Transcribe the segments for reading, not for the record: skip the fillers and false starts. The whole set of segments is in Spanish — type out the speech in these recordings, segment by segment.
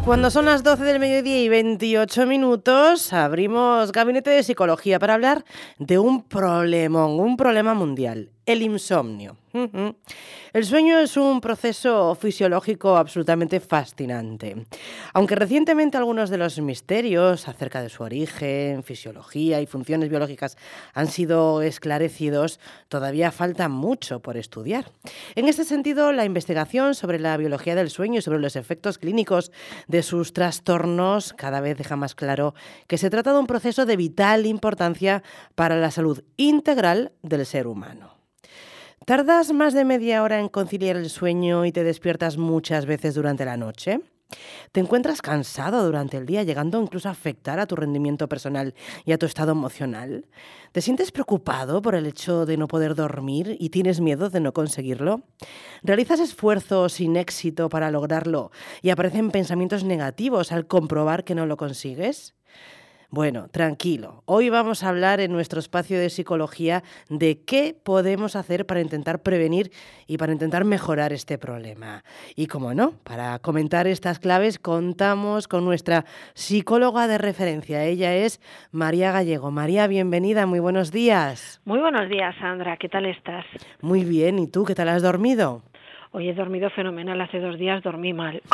cuando son las 12 del mediodía y 28 minutos, abrimos Gabinete de Psicología para hablar de un problema mundial, el insomnio. El sueño es un proceso fisiológico absolutamente fascinante. Aunque recientemente algunos de los misterios acerca de su origen, fisiología y funciones biológicas han sido esclarecidos, todavía falta mucho por estudiar. En este sentido, la investigación sobre la biología del sueño y sobre los efectos clínicos de sus trastornos cada vez deja más claro que se trata de un proceso de vital importancia para la salud integral del ser humano. ¿Tardas más de media hora en conciliar el sueño y te despiertas muchas veces durante la noche? ¿Te encuentras cansado durante el día, llegando incluso a afectar a tu rendimiento personal y a tu estado emocional? ¿Te sientes preocupado por el hecho de no poder dormir y tienes miedo de no conseguirlo? ¿Realizas esfuerzos sin éxito para lograrlo y aparecen pensamientos negativos al comprobar que no lo consigues? Bueno, tranquilo. Hoy vamos a hablar en nuestro espacio de psicología de qué podemos hacer para intentar prevenir y para intentar mejorar este problema. Y como no, para comentar estas claves contamos con nuestra psicóloga de referencia. Ella es María Gallego. María, bienvenida, muy buenos días. Muy buenos días, Sandra. ¿Qué tal estás? Muy bien. ¿Y tú qué tal has dormido? Hoy he dormido fenomenal, hace 2 días dormí mal.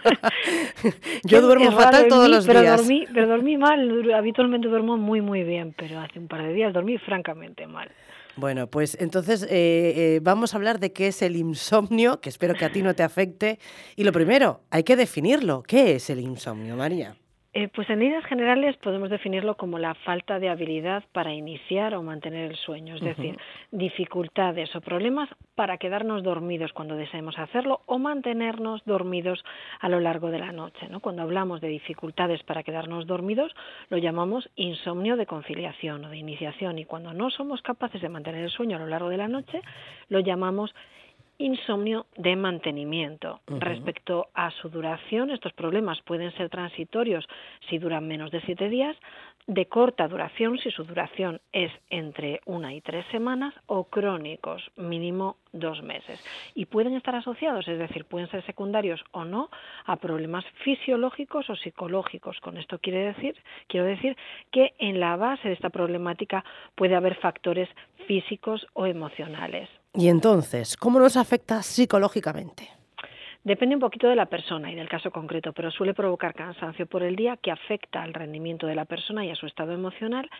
Yo duermo fatal todos los días. Pero dormí mal, habitualmente duermo muy bien, pero hace un par de días dormí francamente mal. Bueno, pues entonces vamos a hablar de qué es el insomnio, que espero que a ti no te afecte. Y lo primero, hay que definirlo. ¿Qué es el insomnio, María? Pues en líneas generales podemos definirlo como la falta de habilidad para iniciar o mantener el sueño, es decir, dificultades o problemas para quedarnos dormidos cuando deseemos hacerlo o mantenernos dormidos a lo largo de la noche, ¿no? Cuando hablamos de dificultades para quedarnos dormidos, lo llamamos insomnio de conciliación o de iniciación, y cuando no somos capaces de mantener el sueño a lo largo de la noche, lo llamamos insomnio de mantenimiento. Respecto a su duración, estos problemas pueden ser transitorios si duran menos de 7 días, de corta duración si su duración es entre 1 y 3 semanas, o crónicos, mínimo 2 meses. Y pueden estar asociados, es decir, pueden ser secundarios o no, a problemas fisiológicos o psicológicos. Con esto quiero decir que en la base de esta problemática puede haber factores físicos o emocionales. Y entonces, ¿cómo nos afecta psicológicamente? Depende un poquito de la persona y del caso concreto, pero suele provocar cansancio por el día que afecta al rendimiento de la persona y a su estado emocional.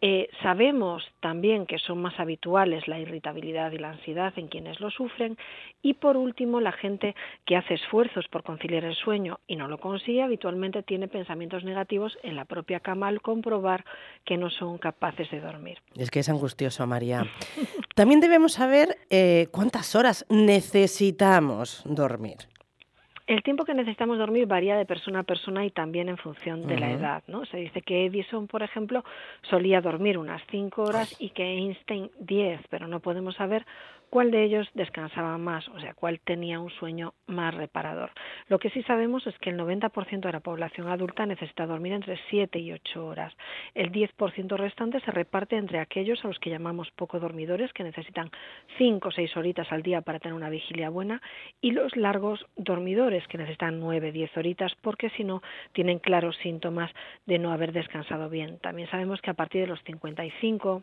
Sabemos también que son más habituales la irritabilidad y la ansiedad en quienes lo sufren. Y por último, la gente que hace esfuerzos por conciliar el sueño y no lo consigue, habitualmente tiene pensamientos negativos en la propia cama al comprobar que no son capaces de dormir. Es que es angustioso, María. También debemos saber cuántas horas necesitamos dormir. El tiempo que necesitamos dormir varía de persona a persona y también en función de la edad, ¿no? Se dice que Edison, por ejemplo, solía dormir unas 5 horas y que Einstein 10, pero no podemos saber cuál de ellos descansaba más, o sea, cuál tenía un sueño más reparador. Lo que sí sabemos es que el 90% de la población adulta necesita dormir entre 7 y 8 horas. El 10% restante se reparte entre aquellos a los que llamamos poco dormidores, que necesitan 5 o 6 horitas al día para tener una vigilia buena, y los largos dormidores, que necesitan 9 o 10 horitas, porque si no tienen claros síntomas de no haber descansado bien. También sabemos que a partir de los 55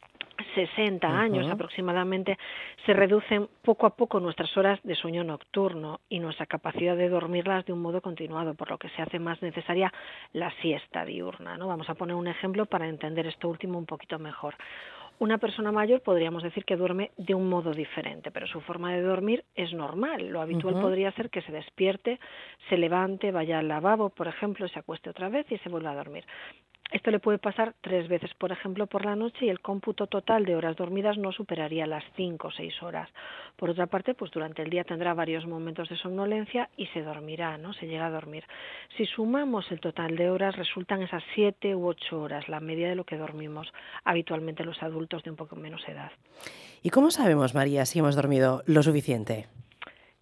60 años aproximadamente, se reducen poco a poco nuestras horas de sueño nocturno y nuestra capacidad de dormirlas de un modo continuado, por lo que se hace más necesaria la siesta diurna, ¿no? Vamos a poner un ejemplo para entender esto último un poquito mejor. Una persona mayor podríamos decir que duerme de un modo diferente, pero su forma de dormir es normal. Lo habitual podría ser que se despierte, se levante, vaya al lavabo, por ejemplo, se acueste otra vez y se vuelva a dormir. Esto le puede pasar 3 veces, por ejemplo, por la noche, y el cómputo total de horas dormidas no superaría las 5 o 6 horas. Por otra parte, pues durante el día tendrá varios momentos de somnolencia y se dormirá, ¿no? Se llega a dormir. Si sumamos el total de horas, resultan esas 7 u 8 horas, la media de lo que dormimos habitualmente los adultos de un poco menos edad. ¿Y cómo sabemos, María, si hemos dormido lo suficiente?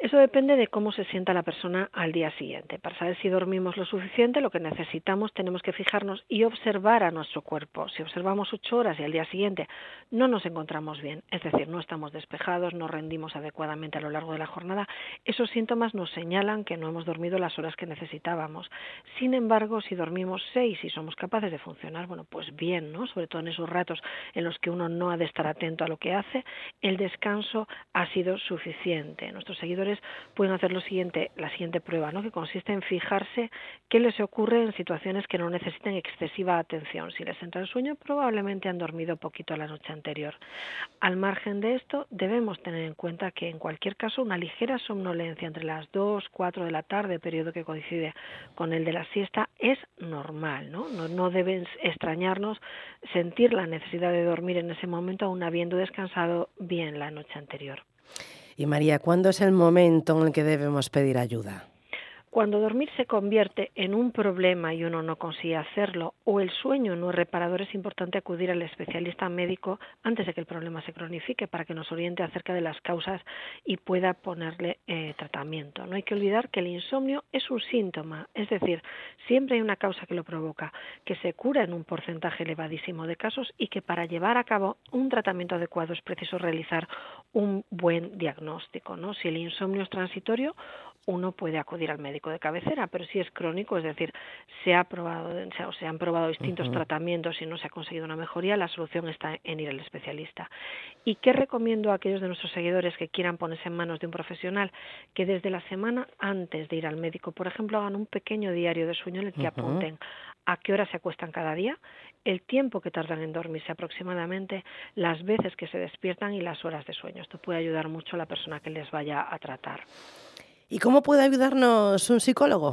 Eso depende de cómo se sienta la persona al día siguiente. Para saber si dormimos lo suficiente, lo que necesitamos, tenemos que fijarnos y observar a nuestro cuerpo. Si observamos 8 horas y al día siguiente no nos encontramos bien, es decir, no estamos despejados, no rendimos adecuadamente a lo largo de la jornada, esos síntomas nos señalan que no hemos dormido las horas que necesitábamos. Sin embargo, si dormimos 6 y somos capaces de funcionar, bueno, pues bien, ¿no? Sobre todo en esos ratos en los que uno no ha de estar atento a lo que hace, el descanso ha sido suficiente. Nuestros seguidores pueden hacer la siguiente prueba, ¿no? Que consiste en fijarse qué les ocurre en situaciones que no necesiten excesiva atención. Si les entra el sueño, probablemente han dormido poquito la noche anterior. Al margen de esto, debemos tener en cuenta que en cualquier caso una ligera somnolencia entre las 2, 4 de la tarde, periodo que coincide con el de la siesta, es normal, ¿no? No deben extrañarnos sentir la necesidad de dormir en ese momento aún habiendo descansado bien la noche anterior. Y María, ¿cuándo es el momento en el que debemos pedir ayuda? Cuando dormir se convierte en un problema y uno no consigue hacerlo, o el sueño no es reparador, es importante acudir al especialista médico antes de que el problema se cronifique para que nos oriente acerca de las causas y pueda ponerle tratamiento. No hay que olvidar que el insomnio es un síntoma, es decir, siempre hay una causa que lo provoca, que se cura en un porcentaje elevadísimo de casos y que para llevar a cabo un tratamiento adecuado es preciso realizar un buen diagnóstico, ¿no? Si el insomnio es transitorio, uno puede acudir al médico de cabecera, pero si es crónico, es decir, se han probado distintos tratamientos y no se ha conseguido una mejoría, la solución está en ir al especialista. ¿Y qué recomiendo a aquellos de nuestros seguidores que quieran ponerse en manos de un profesional? Que desde la semana antes de ir al médico, por ejemplo, hagan un pequeño diario de sueño en el que apunten a qué hora se acuestan cada día, el tiempo que tardan en dormirse aproximadamente, las veces que se despiertan y las horas de sueño. Esto puede ayudar mucho a la persona que les vaya a tratar. ¿Y cómo puede ayudarnos un psicólogo?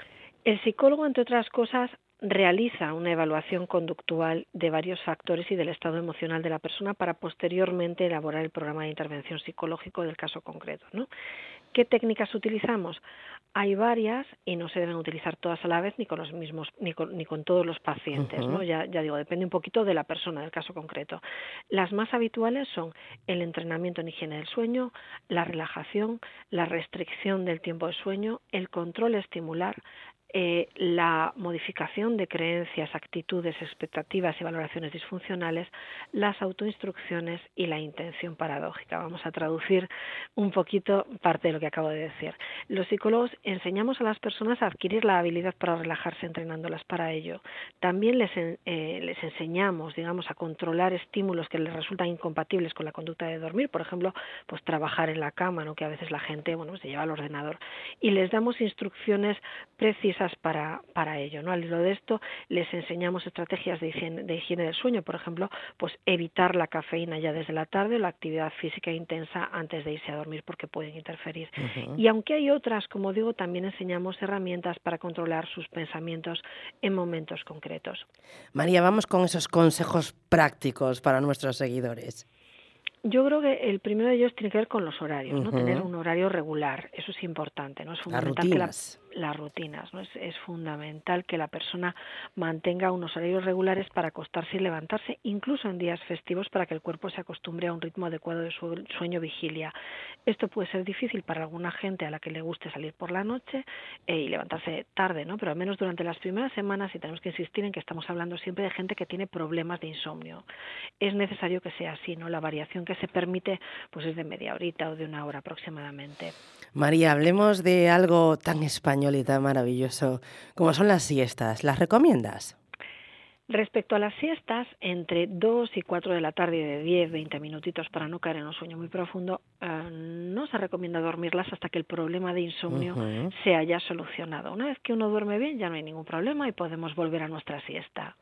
El psicólogo, entre otras cosas, realiza una evaluación conductual de varios factores y del estado emocional de la persona para posteriormente elaborar el programa de intervención psicológico del caso concreto, ¿no? ¿Qué técnicas utilizamos? Hay varias y no se deben utilizar todas a la vez ni con los mismos ni con todos los pacientes, ¿no? Ya digo, depende un poquito de la persona, del caso concreto. Las más habituales son el entrenamiento en higiene del sueño, la relajación, la restricción del tiempo de sueño, el control estimular, la modificación de creencias, actitudes, expectativas y valoraciones disfuncionales, las autoinstrucciones y la intención paradójica. Vamos a traducir un poquito parte de lo que acabo de decir. Los psicólogos enseñamos a las personas a adquirir la habilidad para relajarse entrenándolas para ello. También les enseñamos, digamos, a controlar estímulos que les resultan incompatibles con la conducta de dormir, por ejemplo, pues trabajar en la cama, ¿no? Que a veces la gente, se lleva al ordenador, y les damos instrucciones precisas para ello, ¿no? Al hilo de esto les enseñamos estrategias de higiene del sueño, por ejemplo, pues evitar la cafeína ya desde la tarde o la actividad física intensa antes de irse a dormir porque pueden interferir. Y aunque hay otras, como digo, también enseñamos herramientas para controlar sus pensamientos en momentos concretos. María, vamos con esos consejos prácticos para nuestros seguidores. Yo creo que el primero de ellos tiene que ver con los horarios, ¿no? Tener un horario regular, eso es importante, ¿no? Es fundamental que las rutinas, ¿no? Es fundamental que la persona mantenga unos horarios regulares para acostarse y levantarse, incluso en días festivos, para que el cuerpo se acostumbre a un ritmo adecuado de sueño-vigilia. Esto puede ser difícil para alguna gente a la que le guste salir por la noche y levantarse tarde, ¿no? Pero al menos durante las primeras semanas, y tenemos que insistir en que estamos hablando siempre de gente que tiene problemas de insomnio, es necesario que sea así, ¿no? La variación que se permite pues es de media horita o de una hora aproximadamente. María, hablemos de algo tan español y tan maravilloso como son las siestas. ¿Las recomiendas? Respecto a las siestas, entre 2 y 4 de la tarde, de 10, 20 minutitos para no caer en un sueño muy profundo, no se recomienda dormirlas hasta que el problema de insomnio se haya solucionado. Una vez que uno duerme bien, ya no hay ningún problema y podemos volver a nuestra siesta.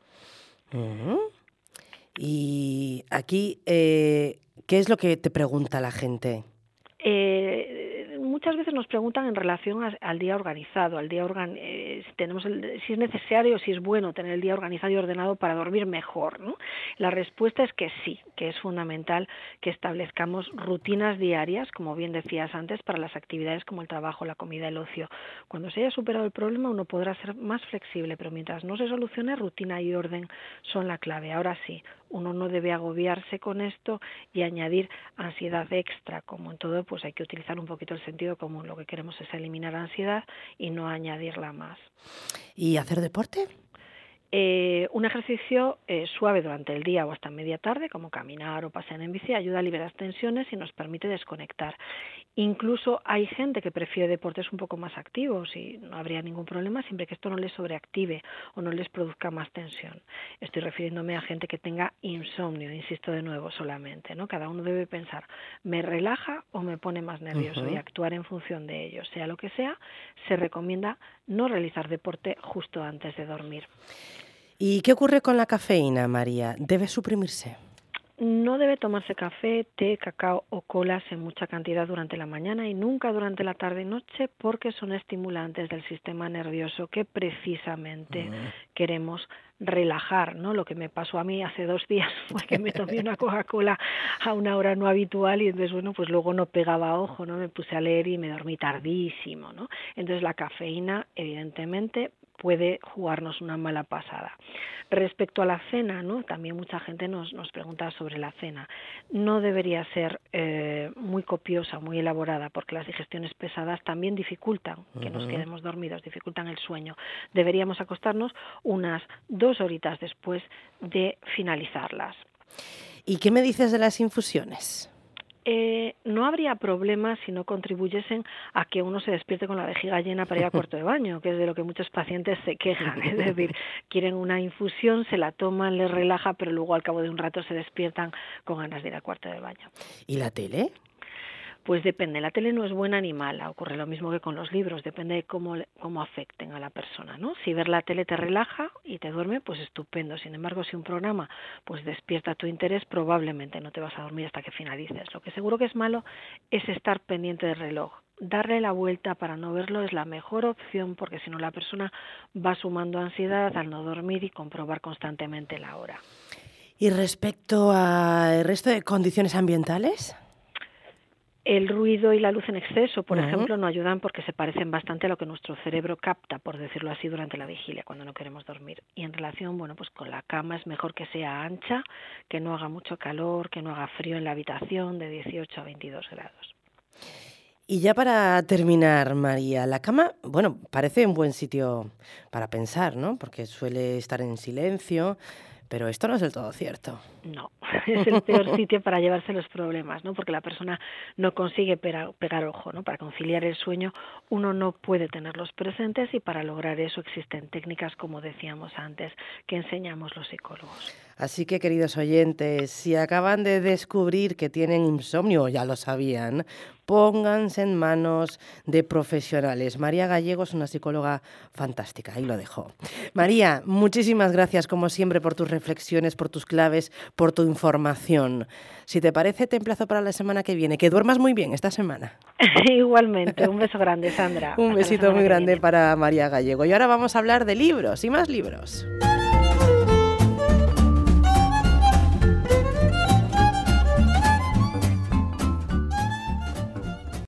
Y aquí, ¿qué es lo que te pregunta la gente? Muchas veces nos preguntan en relación al día organizado, si es necesario, si es bueno tener el día organizado y ordenado para dormir mejor, ¿no? La respuesta es que sí, que es fundamental que establezcamos rutinas diarias, como bien decías antes, para las actividades como el trabajo, la comida, el ocio. Cuando se haya superado el problema, uno podrá ser más flexible, pero mientras no se solucione, rutina y orden son la clave. Ahora sí, uno no debe agobiarse con esto y añadir ansiedad extra. Como en todo, pues hay que utilizar un poquito el sentido sentido común. Lo que queremos es eliminar ansiedad y no añadirla más. ¿Y hacer deporte? Un ejercicio suave durante el día o hasta media tarde, como caminar o pasear en bici, ayuda a liberar tensiones y nos permite desconectar. Incluso hay gente que prefiere deportes un poco más activos y no habría ningún problema siempre que esto no les sobreactive o no les produzca más tensión. Estoy refiriéndome a gente que tenga insomnio, insisto de nuevo solamente, ¿no? Cada uno debe pensar, ¿me relaja o me pone más nervioso? Y actuar en función de ello. Sea lo que sea, se recomienda no realizar deporte justo antes de dormir. ¿Y qué ocurre con la cafeína, María? ¿Debe suprimirse? No debe tomarse café, té, cacao o colas en mucha cantidad durante la mañana y nunca durante la tarde y noche porque son estimulantes del sistema nervioso que precisamente queremos relajar, ¿no? Lo que me pasó a mí hace 2 días fue que me tomé una Coca-Cola a una hora no habitual y entonces, bueno, pues luego no pegaba ojo, ¿no? Me puse a leer y me dormí tardísimo, ¿no? Entonces la cafeína, evidentemente, puede jugarnos una mala pasada. Respecto a la cena, ¿no? También mucha gente nos pregunta sobre la cena. No debería ser muy copiosa, muy elaborada, porque las digestiones pesadas también dificultan que nos quedemos dormidos, dificultan el sueño. Deberíamos acostarnos unas 2 horitas después de finalizarlas. ¿Y qué me dices de las infusiones? No habría problema si no contribuyesen a que uno se despierte con la vejiga llena para ir al cuarto de baño, que es de lo que muchos pacientes se quejan. Es decir, quieren una infusión, se la toman, les relaja, pero luego al cabo de un rato se despiertan con ganas de ir al cuarto de baño. ¿Y la tele? Pues depende, la tele no es buena ni mala, ocurre lo mismo que con los libros, depende de cómo afecten a la persona, ¿no? Si ver la tele te relaja y te duerme, pues estupendo. Sin embargo, si un programa pues despierta tu interés, probablemente no te vas a dormir hasta que finalices. Lo que seguro que es malo es estar pendiente del reloj. Darle la vuelta para no verlo es la mejor opción porque si no la persona va sumando ansiedad al no dormir y comprobar constantemente la hora. ¿Y respecto al resto de condiciones ambientales? El ruido y la luz en exceso, por ejemplo, no ayudan porque se parecen bastante a lo que nuestro cerebro capta, por decirlo así, durante la vigilia, cuando no queremos dormir. Y en relación, bueno, pues con la cama es mejor que sea ancha, que no haga mucho calor, que no haga frío en la habitación de 18 a 22 grados. Y ya para terminar, María, la cama, bueno, parece un buen sitio para pensar, ¿no? Porque suele estar en silencio, pero esto no es del todo cierto. No, es el peor sitio para llevarse los problemas, ¿no? Porque la persona no consigue pegar ojo, ¿no? Para conciliar el sueño uno no puede tenerlos presentes y para lograr eso existen técnicas, como decíamos antes, que enseñamos los psicólogos. Así que, queridos oyentes, si acaban de descubrir que tienen insomnio o ya lo sabían, pónganse en manos de profesionales. María Gallego es una psicóloga fantástica, ahí lo dejo. María, muchísimas gracias como siempre por tus reflexiones, por tus claves, por tu información. Si te parece, te emplazo para la semana que viene. Que duermas muy bien esta semana. Igualmente, un beso grande, Sandra. Un besito muy grande para María Gallego. Y ahora vamos a hablar de libros y más libros.